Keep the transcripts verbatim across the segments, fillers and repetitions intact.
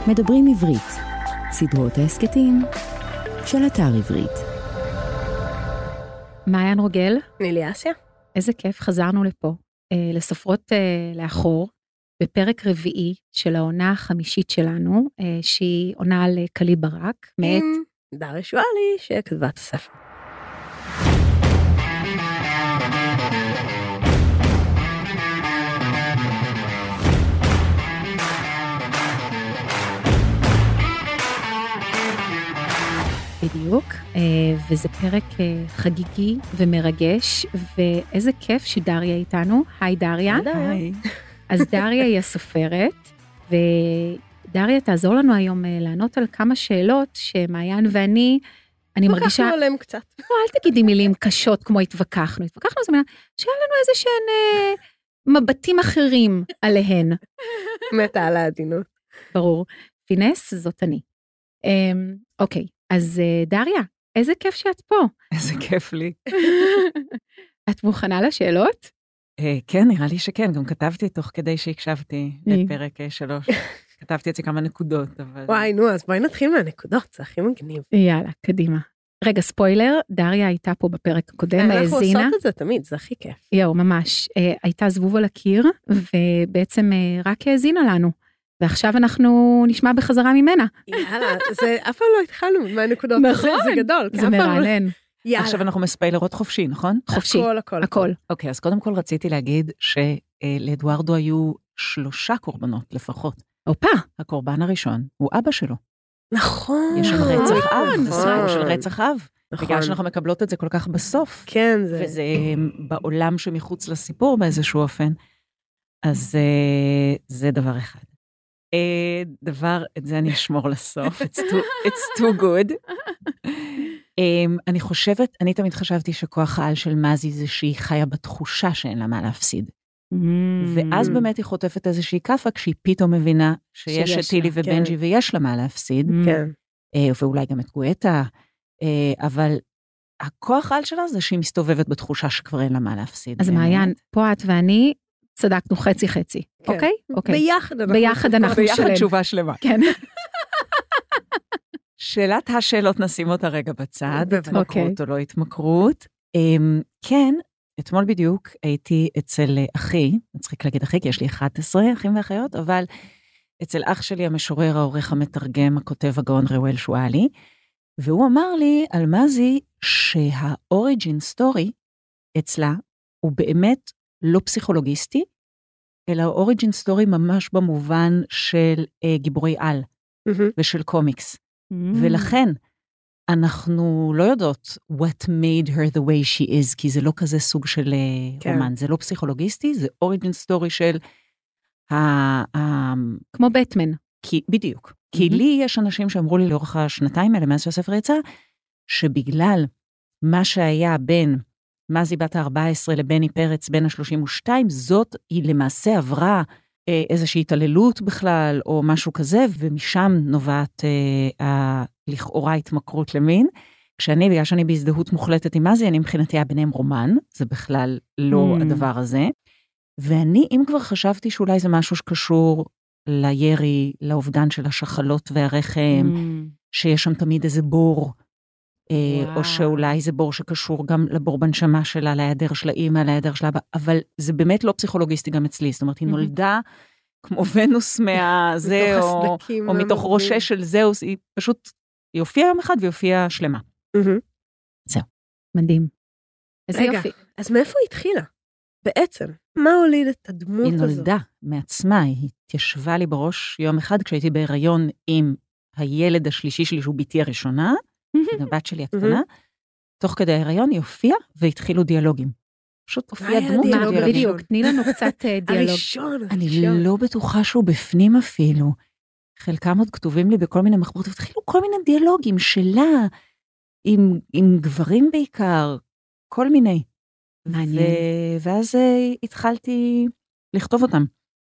מדברים עברית, סדרות ההסקטים של אתר עברית. מעיין רוגל. נילי אסיה. איזה כיף, חזרנו לפה, אה, לספרות אה, לאחור, בפרק רביעי של העונה החמישית שלנו, אה, שהיא עונה על קלי ברק, מאת דריה שואלי, שכתבה את הספר. בדיוק, וזה פרק חגיגי ומרגש, ואיזה כיף שדריה איתנו. היי דריה. היי. אז דריה היא הסופרת, ודריה תעזור לנו היום לענות על כמה שאלות שמעיין ואני, אני מרגישה... לקחנו עליהם קצת. לא, אל תגידי מילים קשות כמו התווכחנו. התווכחנו, זאת אומרת, שהיה לנו איזה שהן מבטים אחרים עליהן. מתה על העדינות. ברור. פינס, זאת אני. אוקיי. אז דריה, איזה כיף שאת פה. איזה כיף לי. את מוכנה לשאלות? כן, נראה לי שכן, גם כתבתי תוך כדי שהקשבתי לפרק שלוש. כתבתי את זה כמה נקודות, אבל... וואי, נו, אז בואי נתחיל מהנקודות, זה הכי מגניב. יאללה, קדימה. רגע, ספוילר, דריה הייתה פה בפרק הקודם, אנחנו עושות את זה תמיד, זה הכי כיף. יאו, ממש. הייתה זבוב על הקיר, ובעצם רק האזינה לנו. ועכשיו אנחנו נשמע בחזרה ממנה. יאללה, זה אף פעם לא התחלנו מהנקודות. נכון, זה גדול. זה מרענן. עכשיו אנחנו מספיילרות חופשי, נכון? חופשי. הכל, הכל. הכל. אוקיי, אז קודם כל רציתי להגיד שלאדוארדו היו שלושה קורבנות לפחות. אופה. הקורבן הראשון הוא אבא שלו. נכון. יש שם רצח אב, זה נכון. סיפור של רצח אב. נכון. בגלל שאנחנו מקבלות את זה כל כך בסוף. כן, זה... וזה בעולם שמחוץ לסיפור באיזשהו אופן. אז זה דבר אחד. דבר, את זה אני אשמור לסוף, it's too, it's too good. אני חושבת, אני תמיד חשבתי שכוח העל של מזי זה שהיא חיה בתחושה שאין לה מה להפסיד. ואז באמת היא חוטפת איזושהי קפה, כשהיא פתאום מבינה שיש את טילי ובנג'י ויש לה מה להפסיד, ואולי גם את גואטה, אבל הכוח העל שלה זה שהיא מסתובבת בתחושה שכבר אין לה מה להפסיד. אז מעיין, פה את ואני, צדקנו חצי חצי, אוקיי? ביחד אנחנו ביחד אנחנו ביחד שלם. תשובה שלמה. כן. שאלת השאלות נשים אותה רגע בצד, בוודאות. התמכרות או לא התמכרות. כן, אתמול בדיוק הייתי אצל אחי, מצחיק להגיד אחי, כי יש לי אחת עשרה אחים ואחיות, אבל אצל אח שלי המשורר, העורך המתרגם, הכותב הגאון ראואל שואלי, והוא אמר לי על מזי שהאוריג'ין סטורי אצלה הוא באמת לא פסיכולוגיסטי, אלא אוריג'ין סטורי ממש במובן של אה, גיבורי על Mm-hmm. ושל קומיקס. Mm-hmm. ולכן אנחנו לא יודעות what made her the way she is, כי זה לא כזה סוג של כן. רומן, זה לא פסיכולוגיסטי, זה אוריג'ין סטורי של ה... ה... כמו בטמן. כי, בדיוק. Mm-hmm. כי לי יש אנשים שאמרו לי לאורך השנתיים האלה, מאז שהספר יצא, שבגלל מה שהיה בין מזי בת ה-ארבע עשרה לבני פרץ בין ה-שלושים ושתיים, זאת היא למעשה עברה אה, איזושהי התעללות בכלל, או משהו כזה, ומשם נובעת אה, ה- לכאורה התמכרות למין. כשאני, בגלל שאני בהזדהות מוחלטת עם מזי, אני מבחינתי היה ביניהם רומן, זה בכלל לא mm. הדבר הזה. ואני, אם כבר חשבתי שאולי זה משהו שקשור לירי, לאובדן של השחלות והרחם, mm. שיש שם תמיד איזה בור, או שאולי זה בור שקשור גם לבור בנשמה שלה, להיעדר של האמא, להיעדר של אבא, אבל זה באמת לא פסיכולוגיסטי גם אצלי, זאת אומרת, היא נולדה כמו ונוס מהזה, או מתוך ראשה של זהוס, היא פשוט, היא הופיעה יום אחד והיא הופיעה שלמה. זהו. מדהים. רגע, אז מאיפה היא התחילה? בעצם, מה הוליד את הדמות הזאת? היא נולדה מעצמה, היא התיישבה לי בראש יום אחד, כשהייתי בהיריון עם הילד השלישי שלי, שהוא ביתי הראשונה, הבת שלי הקטנה, תוך כדי ההיריון היא הופיעה והתחילו דיאלוגים. פשוט הופיעה דמות דיאלוגים. בדיוק, תני לנו קצת דיאלוג. הראשון, אני לא בטוחה שהוא בפנים אפילו. חלקם עוד כתובים לי בכל מיני מחברות, והתחילו כל מיני דיאלוגים שלה, עם, עם גברים בעיקר, כל מיני. מעניין. ו... ואז התחלתי לכתוב אותם.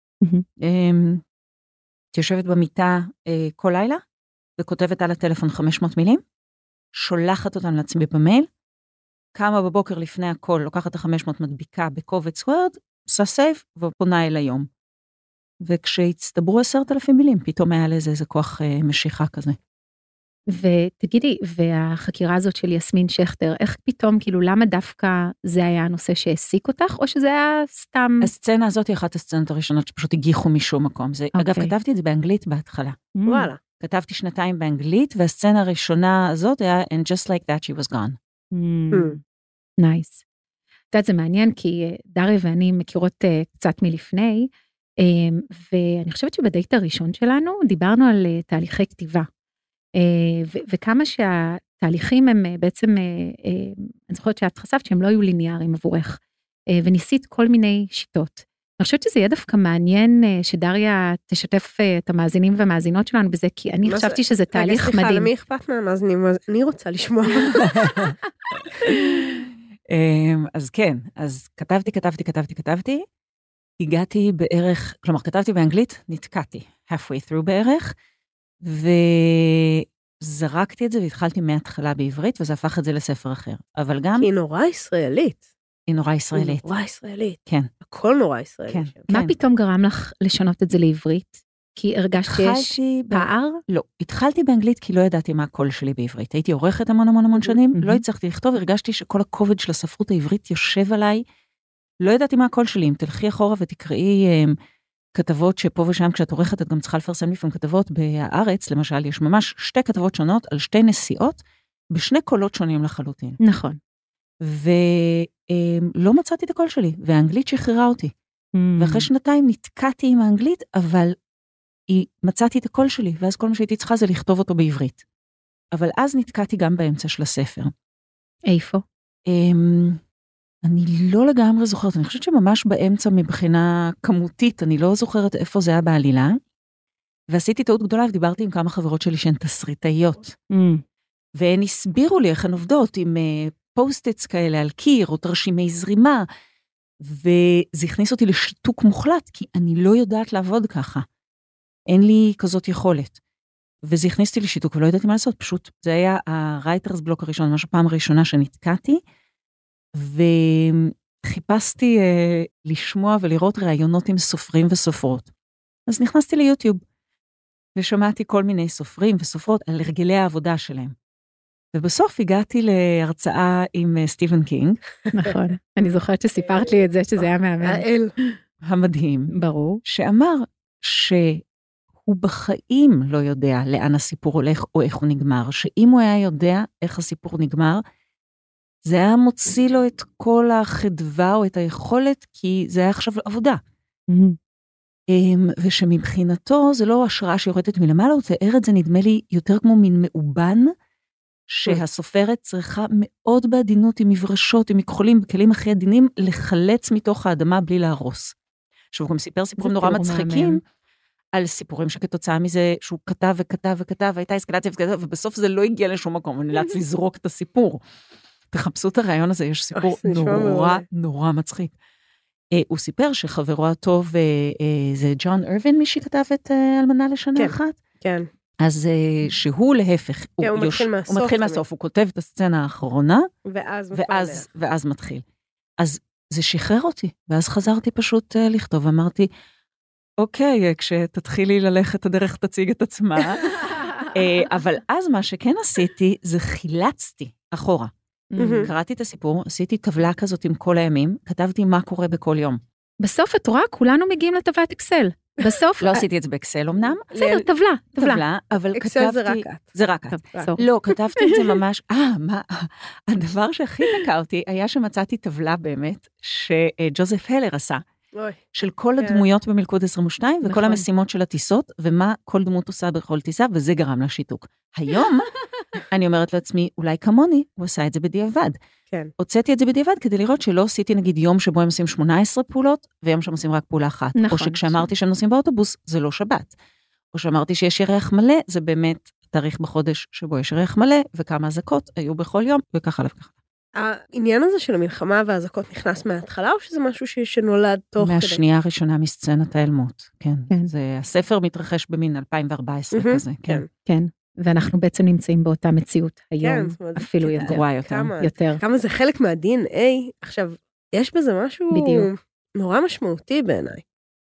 יושבת במיטה כל לילה, וכותבת על הטלפון חמש מאות מילים, שולחת אותם לעצמי במייל, קמה בבוקר לפני הכל, לוקחת את ה-חמש מאות מדביקה בקובץ וורד, עושה סייב, ופונה אל היום. וכשהצטברו עשרת אלפים מילים, פתאום היה לזה איזה כוח אה, משיכה כזה. ותגידי, והחקירה הזאת של יסמין שכטר, איך פתאום, כאילו, למה דווקא זה היה הנושא שהעסיק אותך, או שזה היה סתם... הסצנה הזאת היא אחת הסצנות הראשונות שפשוט הגיחו משום מקום. זה, אוקיי. אגב, כתבתי את זה באנגלית בהתחלה. וואלה. כתבתי שנתיים באנגלית, והסצנה הראשונה הזאת היה, and just like that she was gone. נייס. את יודעת, זה מעניין, כי דריה ואני מכירות uh, קצת מלפני, um, ואני חושבת שבדייט הראשון שלנו, דיברנו על uh, תהליכי כתיבה. Uh, ו- וכמה שהתהליכים הם uh, בעצם, uh, uh, אני זוכרת שאת חשפת שהם לא היו ליניאריים עבורך, uh, וניסית כל מיני שיטות. אני חושבת שזה יהיה דווקא מעניין uh, שדריה תשתף uh, את המאזינים והמאזינות שלנו בזה, כי אני חשבתי שזה תהליך מדהים. רגע, סליחה, למי אכפת מהמאזינים? אני רוצה לשמוע. אז כן, אז כתבתי, כתבתי, כתבתי, כתבתי, הגעתי בערך, כלומר, כתבתי באנגלית, נתקעתי, halfway through בערך, וזרקתי את זה והתחלתי מההתחלה בעברית, וזה הפך את זה לספר אחר. אבל גם... כי היא נורא ישראלית. היא נורא ישראלית. היא נורא ישראלית. כן. הכל נורא ישראלי. כן. מה פתאום גרם לך לשנות את זה לעברית? כי הרגשת שיש פער? לא, התחלתי באנגלית כי לא ידעתי מה הקול שלי בעברית. הייתי עורכת המון המון המון שנים, לא הצלחתי לכתוב, הרגשתי שכל הכובד של הספרות העברית יושב עליי, לא ידעתי מה הקול שלי. אם תלכי אחורה ותקראי כתבות שפה ושם כשאת עורכת, את גם צריכה לפרסם לפעמים כתבות בהארץ, למשל, יש ממש שתי כתבות שונות על שתי נסיעות, בשני קולות שונים לחלוטין. נכון. ולא מצאתי את הקול שלי, והאנגלית שחררה אותי. ואחרי שנתיים נתקעתי עם האנגלית, אבל היא מצאתי את הקול שלי, ואז כל מה שהייתי צריכה זה לכתוב אותו בעברית. אבל אז נתקעתי גם באמצע של הספר. איפה? אני לא לגמרי זוכרת, אני חושבת שממש באמצע מבחינה כמותית, אני לא זוכרת איפה זה היה בעלילה, ועשיתי טעות גדולה ודיברתי עם כמה חברות שלי שהן תסריטאיות. והן הסבירו לי איך הן עובדות עם פוסט-איטס כאלה על קיר, או תרשימי זרימה, וזה הכניס אותי לשיתוק מוחלט, כי אני לא יודעת לעבוד ככה. אין לי כזאת יכולת. וזה הכניס אותי לשיתוק, ולא ידעתי מה לעשות, פשוט זה היה הרייטרס בלוק הראשון, ממש הפעם הראשונה שנתקעתי, וחיפשתי אה, לשמוע ולראות ראיונות עם סופרים וסופרות. אז נכנסתי ליוטיוב, ושמעתי כל מיני סופרים וסופרות על הרגלי העבודה שלהם. ובסוף הגעתי להרצאה עם uh, סטיבן קינג. נכון, אני זוכרת שסיפרת לי את זה, שזה היה מהמם. האל. המדהים. ברור. שאמר שהוא בחיים לא יודע לאן הסיפור הולך או איך הוא נגמר, שאם הוא היה יודע איך הסיפור נגמר, זה היה מוציא לו את כל החדווה או את היכולת, כי זה היה עכשיו עבודה. ושמבחינתו זה לא השראה שיורדת מלמעלה, הוא תיאר את זה נדמה לי יותר כמו מין מאובן, שהסופרת צריכה מאוד בעדינות עם מברשות, עם מכחולים, בכלים הכי עדינים, לחלץ מתוך האדמה בלי להרוס. עכשיו הוא גם סיפר סיפורים נורא מצחיקים, על סיפורים שכתוצאה מזה שהוא כתב וכתב וכתב, והייתה אסקלציה וכתב, ובסוף זה לא הגיע לשום מקום, הוא נאלץ לזרוק את הסיפור. תחפשו את הרעיון הזה, יש סיפור נורא נורא מצחיק. הוא סיפר שחברו הטוב זה ג'ון ארווין, מי שכתב את אלמנה לשנה אחת? כן. אז שהוא להפך, הוא מתחיל מהסוף, הוא כותב את הסצנה האחרונה, ואז ואז מתחיל. אז זה שחרר אותי, ואז חזרתי פשוט לכתוב, אמרתי, אוקיי, כשתתחילי ללכת הדרך תציג את עצמה, אבל אז מה שכן עשיתי, זה חילצתי אחורה. קראתי את הסיפור, עשיתי טבלה כזאת עם כל הימים, כתבתי מה קורה בכל יום. בסוף את רואה, כולנו מגיעים לטבלת אקסל. בסוף... לא עשיתי את זה באקסל אמנם. בסדר, טבלה, טבלה. אבל כתבתי... אקסל זה רק את. זה רק את. לא, כתבתי את זה ממש... אה, מה... הדבר שהכי תקע אותי היה שמצאתי טבלה באמת, שג'וזף הלר עשה, של כל הדמויות במלכוד עשרים ושתיים, וכל המשימות של הטיסות, ומה כל דמות עושה בכל טיסה, וזה גרם לשיתוק. היום, אני אומרת לעצמי, אולי כמוני, הוא עשה את זה בדיעבד. כן. הוצאתי את זה בדיעבד, כדי לראות שלא עשיתי נגיד יום שבו הם עושים שמונה עשרה פעולות, ויום שהם עושים רק פעולה אחת. או שכשאמרתי שהם נוסעים באוטובוס, זה לא שבת. או שאמרתי שיש ירח מלא, זה באמת תאריך בחודש שבו יש ירח מלא, וכמה הזקות היו בכל יום, וככה וככה. העניין הזה של המלחמה והזקות נכנס מההתחלה, או שזה משהו שנולד תוך כדי? מהשנייה הראשונה מסצנת האלמות, כן. זה, הספר מתרחש במין אלפיים וארבע עשרה כזה, כן. כן, ואנחנו בעצם נמצאים באותה מציאות היום, אפילו יותר. גרועה יותר. יותר. כמה זה חלק מה-די אן איי, עכשיו, יש בזה משהו נורא משמעותי בעיניי.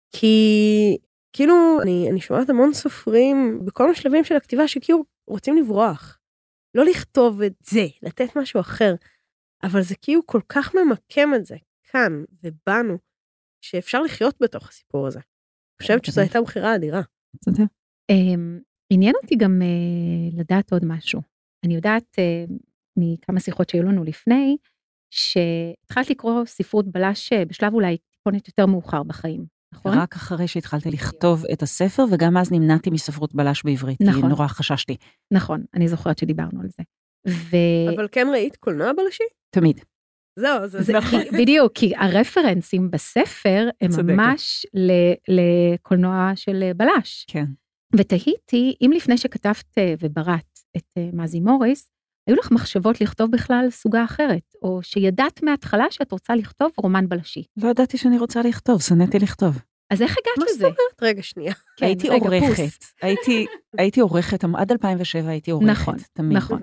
כי כאילו אני, אני שומעת המון סופרים בכל השלבים של הכתיבה שכאילו רוצים לברוח. לא לכתוב את זה, לתת משהו אחר, אבל זה כאילו כל כך ממקם את זה כאן ובנו, שאפשר לחיות בתוך הסיפור הזה. אני חושבת שזו הייתה בחירה אדירה. תודה. עניין אותי גם לדעת עוד משהו. אני יודעת מכמה שיחות שהיו לנו לפני, שהתחלת לקרוא ספרות בלש בשלב אולי טיפונת יותר מאוחר בחיים, נכון? רק אחרי שהתחלתי לכתוב את הספר, וגם אז נמנעתי מספרות בלש בעברית, נכון. כי נורא חששתי. נכון, אני זוכרת שדיברנו על זה. ו... אבל כן ראית קולנוע בלשי? תמיד. זהו, זה, זה נכון. בדיוק, כי הרפרנסים בספר הם צודקת. ממש לקולנוע של בלש. כן. ותהיתי, אם לפני שכתבת ובראת את מזי מוריס, היו לך מחשבות לכתוב בכלל סוגה אחרת, או שידעת מההתחלה שאת רוצה לכתוב רומן בלשי. לא ידעתי שאני רוצה לכתוב, שנאתי לכתוב. אז איך הגעת לזה? מה זאת אומרת? רגע, שנייה. כן, הייתי רגע, עורכת. פוס. הייתי, הייתי עורכת, עד אלפיים ושבע הייתי עורכת. נכון, תמיד. נכון.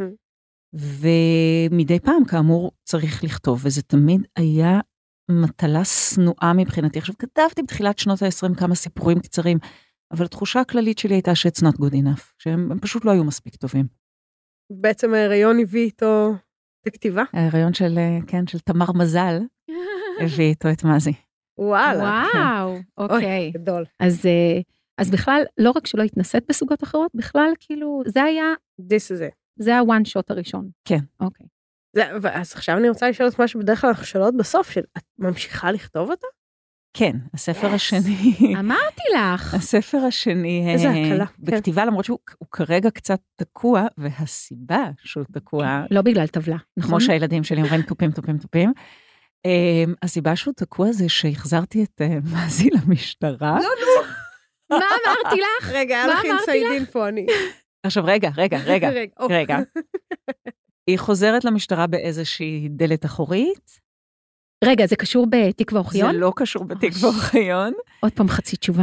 ומדי פעם, כאמור, צריך לכתוב, וזה תמיד היה מטלה סנועה מבחינתי. עכשיו, כתבתי בתחילת שנות ה-עשרים כמה סיפורים קצרים, אבל התחושה הכללית שלי הייתה ש-it's not good enough, שהם פשוט לא היו מספיק טובים. בעצם ההיריון הביא איתו את הכתיבה? ההיריון של, כן, של תמר מזל, הביא איתו את מזי. וואלה. וואו, אוקיי. גדול. אז, אז בכלל, לא רק שלא התנסית בסוגות אחרות, בכלל, כאילו, זה היה... This is it. זה ה-one shot הראשון. כן. אוקיי. זה, אז עכשיו אני רוצה לשאול את משהו בדרך כלל אנחנו שאלות בסוף, של את ממשיכה לכתוב אותה? כן, הספר השני... אמרתי לך. הספר השני... איזה הקלה. בכתיבה, למרות שהוא כרגע קצת תקוע, והסיבה שהוא תקוע... לא בגלל טבלה, נכון? כמו שהילדים שלי אומרים טופים, טופים, טופים. הסיבה שהוא תקוע זה שהחזרתי את מזי למשטרה. לא, לא. מה אמרתי לך? רגע, היה לך אינסיידין פה, אני... עכשיו, רגע, רגע, רגע, רגע. היא חוזרת למשטרה באיזושהי דלת אחורית. רגע, זה קשור בתקווה אוחיון? זה לא קשור בתקווה אוחיון. עוד פעם חצי תשובה.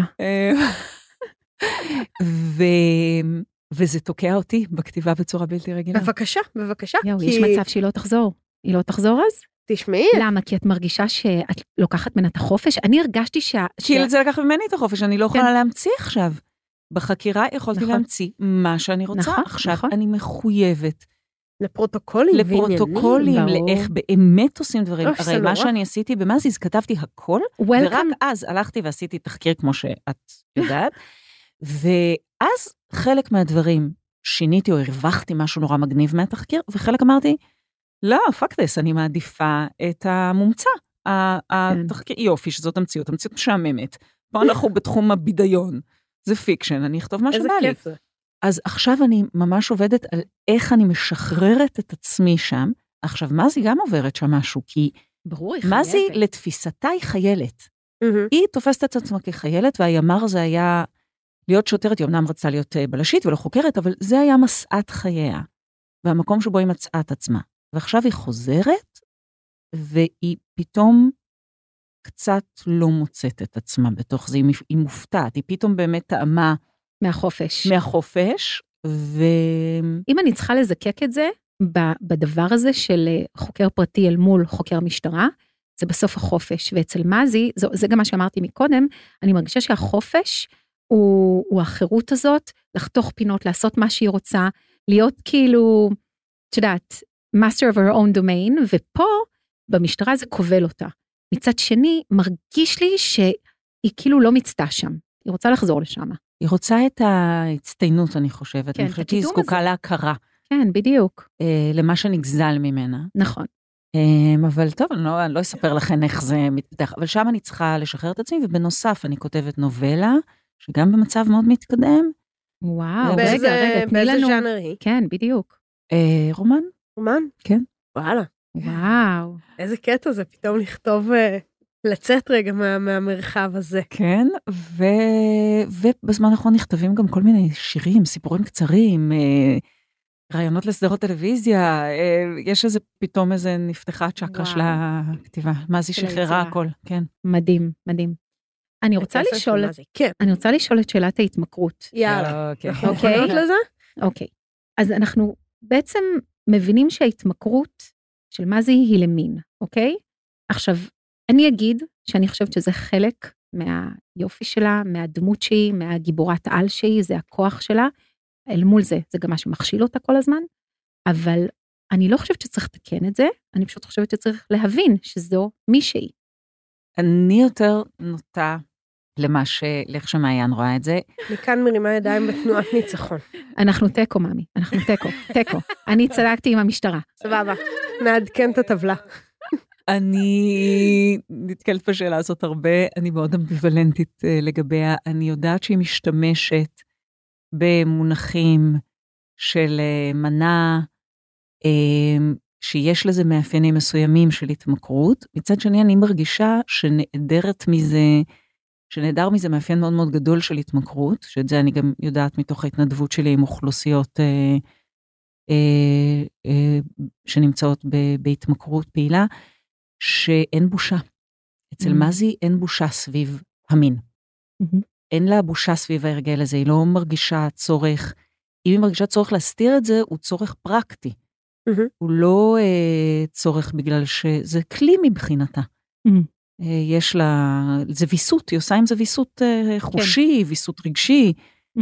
וזה תוקע אותי בכתיבה בצורה בלתי רגילה. בבקשה, בבקשה. יש מצב שהיא לא תחזור. היא לא תחזור אז? תשמעי. למה? כי את מרגישה שאת לוקחת ממנה את החופש? אני הרגשתי ש... כי זה לקח ממני את החופש, אני לא יכולה להמציא עכשיו. בחקירה יכולתי להמציא מה שאני רוצה. עכשיו אני מחויבת. לפרוטוקולים. לפרוטוקולים, לאיך באמת עושים דברים. הרי מה שאני עשיתי במזיז, כתבתי הכל, ורק אז הלכתי ועשיתי תחקיר כמו שאת יודעת, ואז חלק מהדברים שיניתי או הרווחתי משהו נורא מגניב מהתחקיר, וחלק אמרתי, לא, פאקטס, אני מעדיפה את המומצא. התחקיר, יופי, שזאת המציאות, המציאות משעממת. פה אנחנו בתחום הבידיון. זה פיקשן, אני אכתוב מה שבא לי. אז עכשיו אני ממש עובדת על איך אני משחררת את עצמי שם. עכשיו, מזי גם עוברת שם משהו, כי ברור, היא חייבת. מזי לתפיסתה היא חיילת. היא תופסת את עצמה כחיילת, והימר זה היה להיות שוטרת, היא אמנם רצתה להיות בלשית ולא חוקרת, אבל זה היה מסעת חייה, והמקום שבו היא מצאה את עצמה. ועכשיו היא חוזרת, והיא פתאום קצת לא מוצאת את עצמה בתוך זה, היא מופתעת, היא פתאום באמת טעמה מהחופש. מהחופש, ו... אם אני צריכה לזקק את זה, בדבר הזה של חוקר פרטי אל מול חוקר משטרה, זה בסוף החופש, ואצל מזי, זה, זה גם מה שאמרתי מקודם, אני מרגישה שהחופש הוא, הוא החירות הזאת, לחתוך פינות, לעשות מה שהיא רוצה, להיות כאילו, את יודעת, master of her own domain, ופה במשטרה זה כובל אותה. מצד שני, מרגיש לי שהיא כאילו לא מצטה שם, היא רוצה לחזור לשם. היא רוצה את ההצטיינות, אני חושבת. כן, אני חושבת שהיא זקוקה להכרה. כן, בדיוק. אה, למה שנגזל ממנה. נכון. אה, אבל טוב, אני לא, אני לא אספר לכם איך זה מתפתח, אבל שם אני צריכה לשחרר את עצמי, ובנוסף אני כותבת נובלה, שגם במצב מאוד מתקדם. וואו, רגע, רגע, תני לנו. באיזה ז'אנר היא? כן, בדיוק. אה, רומן. רומן? כן. וואלה. וואו. איזה קטע זה, פתאום לכתוב... לצאת רגע מה, מהמרחב הזה. כן, ו... ובזמן האחרון נכתבים גם כל מיני שירים, סיפורים קצרים, אה, רעיונות לסדרות טלוויזיה, אה, יש איזה, פתאום איזה נפתחה צ'קרה של הכתיבה. מה זה שחררה הכל, כן. מדהים, מדהים. אני רוצה לשאול, כן. אני רוצה לשאול את שאלת ההתמכרות. יאללה. אוקיי. אוקיי. לזה? אוקיי. אז אנחנו בעצם מבינים שההתמכרות של מזי היא למין, אוקיי? עכשיו, אני אגיד שאני חושבת שזה חלק מהיופי שלה, מהדמות שהיא, מהגיבורת על שהיא, זה הכוח שלה, אל מול זה, זה גם מה שמכשיל אותה כל הזמן, אבל אני לא חושבת שצריך לתקן את זה, אני פשוט חושבת שצריך להבין שזו מישהי. אני יותר נוטה למה ש... לאיך שמעיין רואה את זה. מכאן מרימה ידיים בתנועת ניצחון. אנחנו טקו, ממי, אנחנו טקו, טקו. אני צדקתי עם המשטרה. סבבה, נעדכן את הטבלה. אני נתקלת בשאלה הזאת הרבה, אני מאוד אמביוולנטית לגביה, אני יודעת שהיא משתמשת במונחים של מנה, שיש לזה מאפיינים מסוימים של התמכרות, מצד שני אני מרגישה שנעדרת מזה, שנעדר מזה מאפיין מאוד מאוד גדול של התמכרות, שאת זה אני גם יודעת מתוך ההתנדבות שלי עם אוכלוסיות אה, אה, אה, שנמצאות ב, בהתמכרות פעילה, שאין בושה. אצל mm-hmm. מזי אין בושה סביב המין. Mm-hmm. אין לה בושה סביב ההרגל הזה, היא לא מרגישה צורך, אם היא מרגישה צורך להסתיר את זה, הוא צורך פרקטי. Mm-hmm. הוא לא אה, צורך בגלל שזה כלי מבחינתה. Mm-hmm. אה, יש לה, זה ויסות, היא עושה עם זה ויסות אה, חושי, כן. ויסות רגשי. Mm-hmm.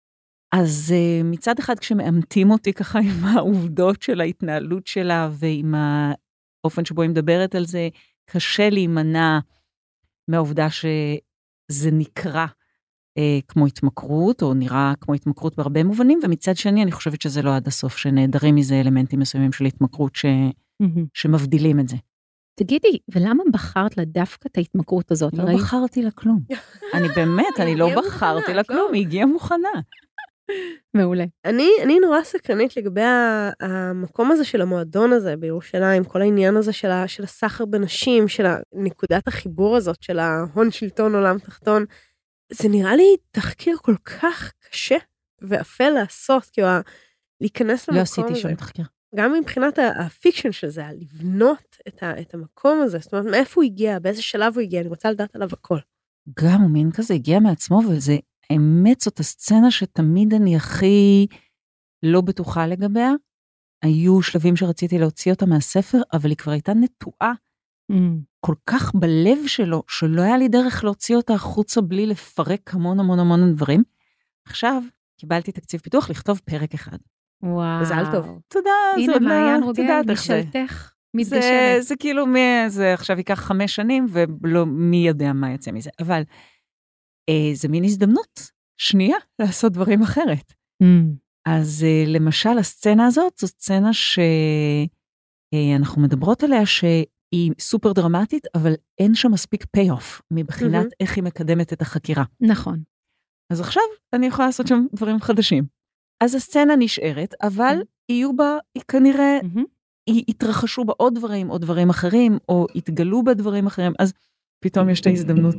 אז אה, מצד אחד כשמאמתים אותי ככה עם העובדות של ההתנהלות שלה, ועם האופן שבו היא מדברת על זה, קשה להימנע מהעובדה שזה נקרא אה, כמו התמכרות, או נראה כמו התמכרות בהרבה מובנים, ומצד שני אני חושבת שזה לא עד הסוף, שנעדרים מזה אלמנטים מסוימים של התמכרות ש... mm-hmm. שמבדילים את זה. תגידי, ולמה בחרת לה דווקא את ההתמכרות הזאת? לא הרי... בחרתי לה כלום. אני באמת, אני לא בחרתי לה כלום, היא הגיעה מוכנה. מעולה. אני, אני נורא סקרנית לגבי המקום הזה של המועדון הזה בירושלים, כל העניין הזה של, ה, של הסחר בנשים, של נקודת החיבור הזאת, של ההון שלטון עולם תחתון. זה נראה לי תחקיר כל כך קשה ואפל לעשות, כאילו להיכנס למקום הזה. לא עשיתי שום תחקיר. גם מבחינת הפיקשן של זה, לבנות את, ה, את המקום הזה, זאת אומרת, מאיפה הוא הגיע, באיזה שלב הוא הגיע, אני רוצה לדעת עליו הכל. גם הוא מין כזה הגיע מעצמו, וזה האמת זאת הסצנה שתמיד אני הכי לא בטוחה לגביה. היו שלבים שרציתי להוציא אותה מהספר, אבל היא כבר הייתה נטועה mm. כל כך בלב שלו, שלא היה לי דרך להוציא אותה החוצה בלי לפרק המון המון המון דברים. עכשיו קיבלתי תקציב פיתוח לכתוב פרק אחד. וואו. מזל טוב. תודה. הנה מעיין רוגל, משלתך מתגשמת. זה, זה כאילו, מי, זה עכשיו ייקח חמש שנים, ולא מי יודע מה יצא מזה. אבל אה, זה מין הזדמנות שנייה לעשות דברים אחרת. Mm. אז אה, למשל, הסצנה הזאת, זו סצנה שאנחנו אה, מדברות עליה, שהיא סופר דרמטית, אבל אין שם מספיק פי-אוף, מבחינת mm-hmm. איך היא מקדמת את החקירה. נכון. אז עכשיו אני יכולה לעשות שם דברים חדשים. אז הסצנה נשארת, אבל mm-hmm. יהיו בה, היא כנראה, mm-hmm. יתרחשו בה עוד דברים, או דברים אחרים, או יתגלו בה דברים אחרים, אז פתאום יש את ההזדמנות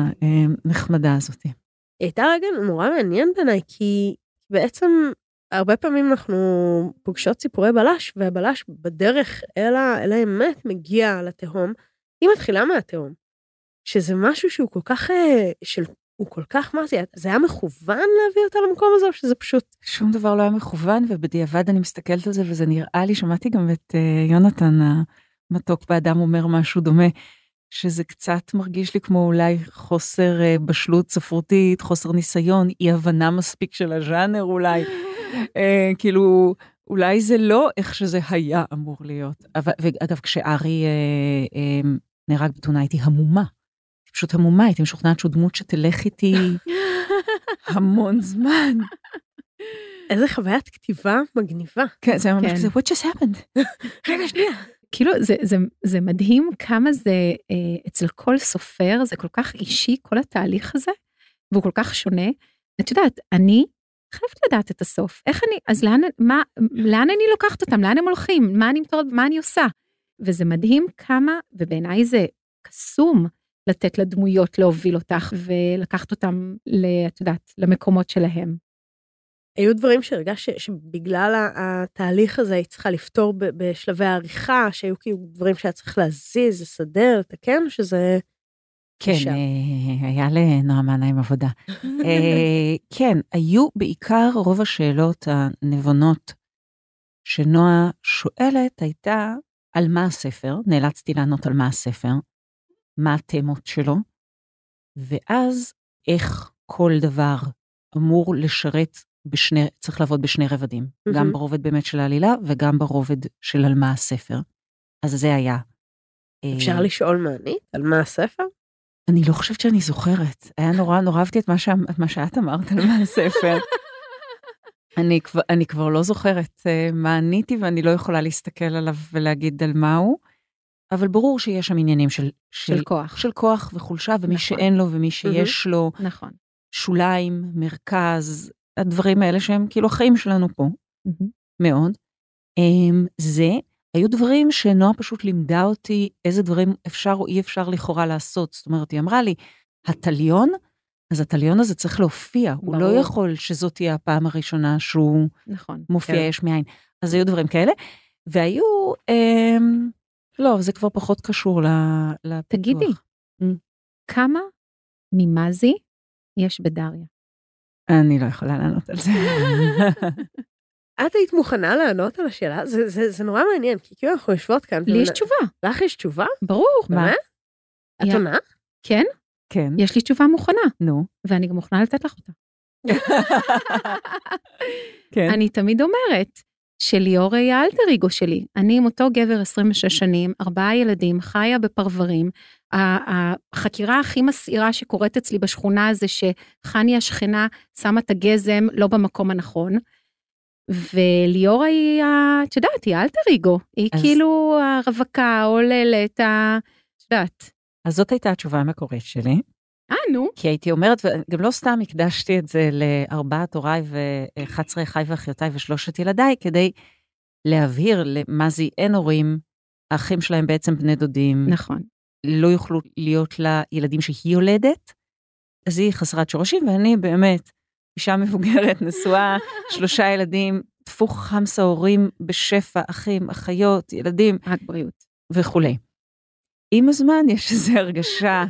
הנחמדה הזאת. היא הייתה רגע נורא מעניין בעיניי, כי בעצם הרבה פעמים אנחנו פוגשות סיפורי בלש, והבלש בדרך אל האמת מגיע לתהום, היא מתחילה מהתהום, שזה משהו שהוא כל כך, של, הוא כל כך, מה זה, זה היה מכוון להביא אותה למקום הזה, או שזה פשוט? שום דבר לא היה מכוון, ובדיעבד אני מסתכלת על זה, וזה נראה לי, שמעתי גם את uh, יונתן המתוק באדם אומר משהו דומה, שזה קצת מרגיש לי כמו אולי חוסר uh, בשלות ספרותית, חוסר ניסיון, אי הבנה מספיק של הז'אנר אולי, uh, כאילו, אולי זה לא איך שזה היה אמור להיות. אבל, ואגב, כשארי uh, uh, נהרג בתאונה, הייתי המומה. פשוט המומה, הייתי משוכנעת שהוא דמות שתלך איתי המון זמן. איזה חוויית כתיבה מגניבה. כן, זה ממש כזה, what just happened? רגע, שנייה. כאילו, זה, זה, זה מדהים כמה זה, אה, אצל כל סופר, זה כל כך אישי, כל התהליך הזה, והוא כל כך שונה. את יודעת, אני חייבת לדעת את הסוף. איך אני, אז לאן, מה, לאן אני לוקחת אותם? לאן הם הולכים? מה אני, מה אני עושה? וזה מדהים כמה, ובעיניי זה קסום, לתת לדמויות להוביל אותך, ולקחת אותם, את יודעת, למקומות שלהם. היו דברים שהרגש שבגלל התהליך הזה היא צריכה לפתור בשלבי העריכה, שהיו כאילו דברים שהיה צריך להזיז, לסדר, לתקן, שזה... כן, היה לנועמן עם עבודה. כן, היו בעיקר רוב השאלות הנבונות שנועה שואלת, הייתה על מה הספר, נאלצתי לענות על מה הספר, מה התמות שלו, ואז איך כל דבר אמור לשרת בשני, צריך לעבוד בשני רבדים, mm-hmm. גם ברובד באמת של העלילה, וגם ברובד של על מה הספר. אז זה היה. אפשר לשאול מה אני? על מה הספר? אני לא חושבת שאני זוכרת. היה נורא, נורא אהבתי את מה, ש... את מה שאת אמרת על מה הספר. אני, כבר, אני כבר לא זוכרת uh, מה עניתי, ואני לא יכולה להסתכל עליו ולהגיד על מה הוא, אבל ברור שיש שם עניינים של, של, של כוח. של כוח וחולשה, ומי נכון. שאין לו ומי שיש mm-hmm. לו, נכון. שוליים, מרכז, הדברים האלה שהם כאילו החיים שלנו פה, mm-hmm. מאוד. Um, זה, היו דברים שנועה פשוט לימדה אותי, איזה דברים אפשר או אי אפשר לכאורה לעשות. זאת אומרת, היא אמרה לי, הטליון, אז הטליון הזה צריך להופיע, ברור. הוא לא יכול שזאת תהיה הפעם הראשונה שהוא נכון, מופיע כן. יש מאין. אז היו דברים כאלה, והיו, אמ, לא, זה כבר פחות קשור לפיתוח. תגידי, mm. כמה ממזי יש בדריה? אני לא יכולה לענות על זה. את היית מוכנה לענות על השאלה? זה, זה, זה נורא מעניין, כי כאילו אנחנו יושבות כאן. לי יש תשובה. לך יש תשובה? ברור. מה? את עונה? כן. כן. יש לי תשובה מוכנה. נו. ואני גם מוכנה לתת לך אותה. כן. אני תמיד אומרת, שליאור היא האלטר אגו שלי. אני עם אותו גבר עשרים ושש שנים, ארבעה ילדים, חיה בפרברים. החקירה הכי מסעירה שקורית אצלי בשכונה זה שחני השכנה שמה את הגזם לא במקום הנכון. וליאור היא, את יודעת, היא האלטר אגו. היא אז... כאילו הרווקה, העוללת, את יודעת. אז זאת הייתה התשובה המקורית שלי. אה, נו. כי הייתי אומרת, וגם לא סתם הקדשתי את זה לארבעת הוריי ואחד עשר אחיי ואחיותיי ושלושת ילדיי, כדי להבהיר למה זה אין הורים, האחים שלהם בעצם בני דודים. נכון. לא יוכלו להיות לה ילדים שהיא יולדת, אז היא חסרת שורשים, ואני באמת, אישה מבוגרת, נשואה, שלושה ילדים, תפוך חמסה הורים בשפע, אחים, אחיות, ילדים. רק בריאות. וכולי. עם הזמן יש איזו הרגשה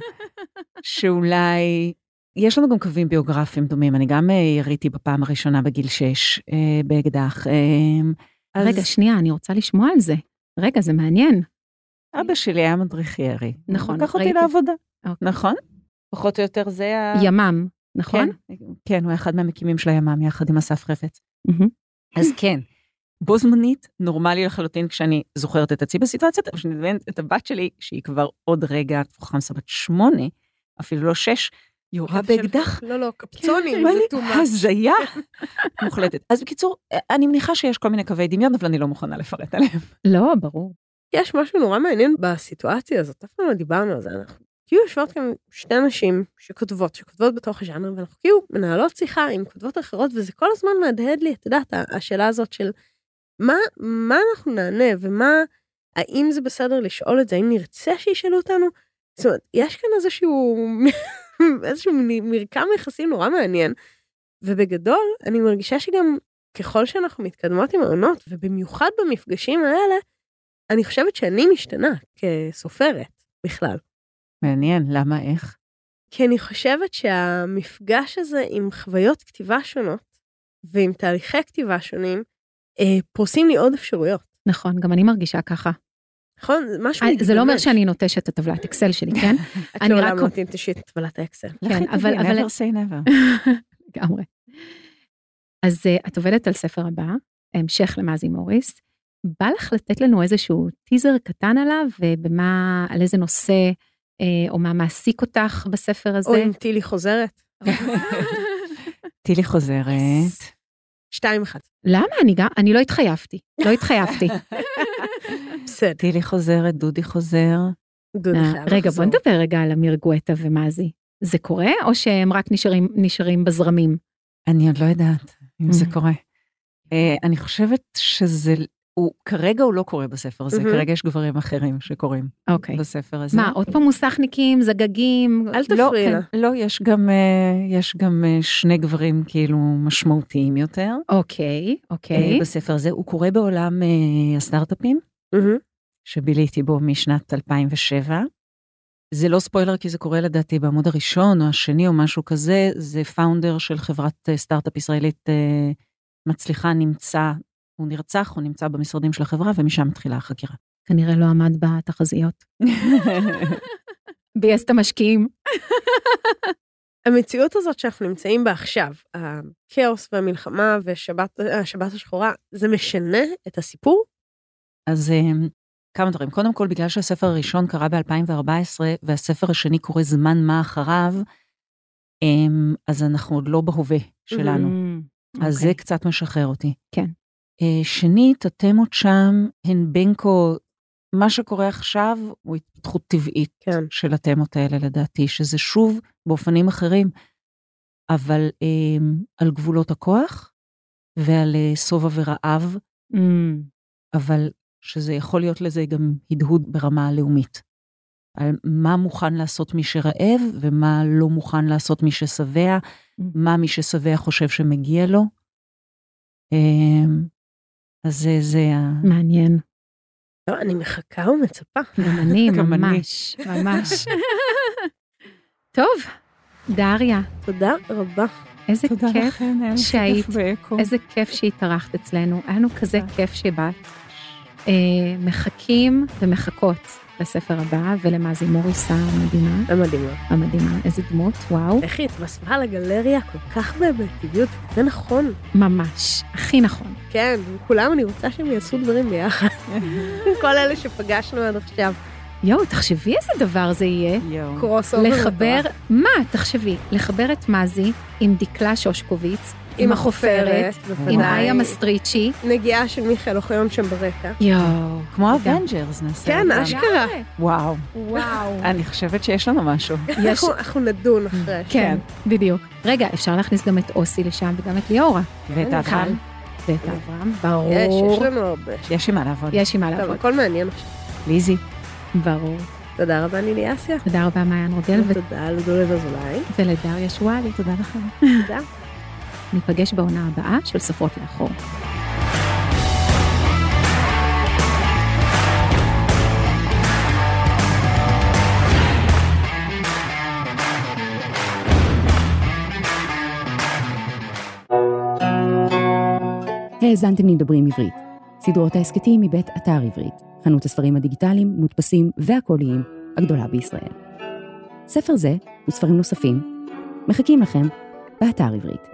שאולי, יש לנו גם קווים ביוגרפיים דומים, אני גם יריתי בפעם הראשונה בגיל שש, באקדח. אז... רגע, שנייה, אני רוצה לשמוע על זה. רגע, זה מעניין. אבא שלי היה מדריך ירי. נכון, לקח אותי לעבודה. אוקיי. נכון? פחות או יותר זה ה... ימם, נכון? כן, כן, הוא היה אחד מהמקימים של הימם, יחד עם אסף חפץ. אז כן. בו זמנית, נורמלי לחלוטין כשאני זוכרת את עצמי בסיטואציות, אבל כשאני מדמיינת את הבת שלי, שהיא כבר עוד רגע, חמסה בת שמונה, אפילו לא שש, יורה באקדח. לא, לא, קפצונים, זה תומש. הזיה מוחלטת. אז בקיצור, אני מניחה שיש כל מיני קווי דמיון, אבל אני לא מוכנה לפרט עליהם. לא, ברור. יש משהו נורא מעניין בסיטואציה הזאת, אף פעם לא דיברנו על זה, אנחנו כאילו יושבות כאן שתי אנשים שכותבות, שכותבות בתוך הז'אנר, ואנחנו כאילו מנהלות שיחה עם כותבות אחרות, וזה כל הזמן מהדהד לי, את יודעת, השאלה הזאת של מה, מה אנחנו נענה, ומה, האם זה בסדר לשאול את זה, האם נרצה שישאלו אותנו? זאת אומרת, יש כאן איזשהו, איזשהו מרקם יחסים נורא מעניין, ובגדול, אני מרגישה שגם ככל שאנחנו מתקדמות עם העונות, ובמיוחד במפגשים האלה, אני חושבת שאני משתנה כסופרת בכלל. מעניין, למה איך? כי אני חושבת שהמפגש הזה עם חוויות כתיבה שונות, ועם תהליכי כתיבה שונים, פורסים לי עוד אפשרויות. נכון, גם אני מרגישה ככה. נכון, משהו מתגמש. זה לא אומר שאני נוטשת את הטבלת אקסל שלי, כן? את לעולם לא תנטשי את טבלת האקסל. כן, אבל... never say never. לגמרי. אז את עובדת על ספר הבא, המשך למזי מוריס, בא לך לתת לנו איזשהו טיזר קטן עליו, ובמה, על איזה נושא, או מה מעסיק אותך בספר הזה? או אם טילי חוזרת. טילי חוזרת. שתיים אחד. למה? אני גם, אני לא התחייבתי. לא התחייבתי. בסדר. טילי חוזרת, דודי חוזר. דודי חייב לחזור. רגע, בוא נדבר רגע על אמיר גואטה ומזי. זה קורה, או שהם רק נשארים, נשארים בזרמים? אני עוד לא יודעת אם זה קורה. אני חושבת שזה... הוא, כרגע הוא לא קורא בספר הזה, mm-hmm. כרגע יש גברים אחרים שקוראים okay. בספר הזה. מה, עוד פעם מוסכניקים, זגגים? אל תפריע. לא, כן, לא, יש גם, יש גם שני גברים כאילו משמעותיים יותר. אוקיי, okay, אוקיי. Okay. בספר הזה, הוא קורא בעולם הסטארט-אפים, mm-hmm. שביליתי בו משנת אלפיים ושבע. זה לא ספוילר, כי זה קורה לדעתי בעמוד הראשון או השני או משהו כזה, זה פאונדר של חברת סטארט-אפ ישראלית מצליחה, נמצא, הוא נרצח, הוא נמצא במשרדים של החברה, ומשם מתחילה החקירה. כנראה לא עמד בתחזיות. ביאס את המשקיעים. המציאות הזאת שאנחנו נמצאים בה עכשיו, הכאוס והמלחמה ושבת השבת השחורה, זה משנה את הסיפור? אז כמה דברים. קודם כל, בגלל שהספר הראשון קרה ב-אלפיים וארבע עשרה, והספר השני קורא זמן מה אחריו, אז אנחנו עוד לא בהווה שלנו. אז זה קצת משחרר אותי. כן. שנית, התמות שם הן בין כה, מה שקורה עכשיו הוא התפתחות טבעית כן. של התמות האלה לדעתי, שזה שוב באופנים אחרים, אבל אה, על גבולות הכוח, ועל אה, סובה ורעב, Mm. אבל שזה יכול להיות לזה גם הדהוד ברמה הלאומית. על מה מוכן לעשות מי שרעב, ומה לא מוכן לעשות מי ששבע, Mm. מה מי ששבע חושב שמגיע לו. אה, אז זה, זה ה... מעניין. לא, אני מחכה ומצפה. גם אני, גם אני. ממש, ממש. טוב, דריה, תודה רבה. איזה תודה כיף לכם, היה לי שהיית, כיף באקו. איזה כיף שהתארחת אצלנו. היה לנו כזה כיף שבאת. אה, מחכים ומחכות לספר הבא, ולמזי מוריסה המדהימה. המדהימה. המדהימה, איזה דמות, וואו. איך היא התווספה לגלריה כל כך בטבעיות, זה נכון. ממש, הכי נכון. כן, כולם אני רוצה שהם יעשו דברים ביחד. כל אלה שפגשנו עד עכשיו. יואו, תחשבי איזה דבר זה יהיה. יואו. קרוס אובר. לחבר, מה, תחשבי, לחבר את מזי עם דקלה שושקוביץ, עם החופרת, עם איה מסטריצ'י. נגיעה של מיכאל אוחיון שם ברקע. יואו. כמו אבנג'רס נעשה. כן, גם. אשכרה. וואו. וואו. אני חושבת שיש לנו משהו. יש, אנחנו- אנחנו נדון אחרי. כן, בדיוק. רגע, אפשר להכניס גם את אוסי לשם וגם את ליאורה. ואת אברהם. ואת אברהם, ברור. יש, יש לנו הרבה. יש עם מה לעבוד. יש עם מה טוב, לעבוד. הכל מעניין עכשיו. ליזי. ברור. תודה רבה, נילי אסיה. תודה רבה, מעיין רודל, ו- ותודה לדולב אזולאי. ולדריה שואלי. תודה לכם. תודה. ניפגש בעונה הבאה של סופרות לאחור. האזנתם לדברים עברית. סדרות ההסכתים מבית אתר עברית, חנות הספרים הדיגיטליים, מודפסים והקוליים הגדולה בישראל. ספר זה וספרים נוספים מחכים לכם באתר עברית.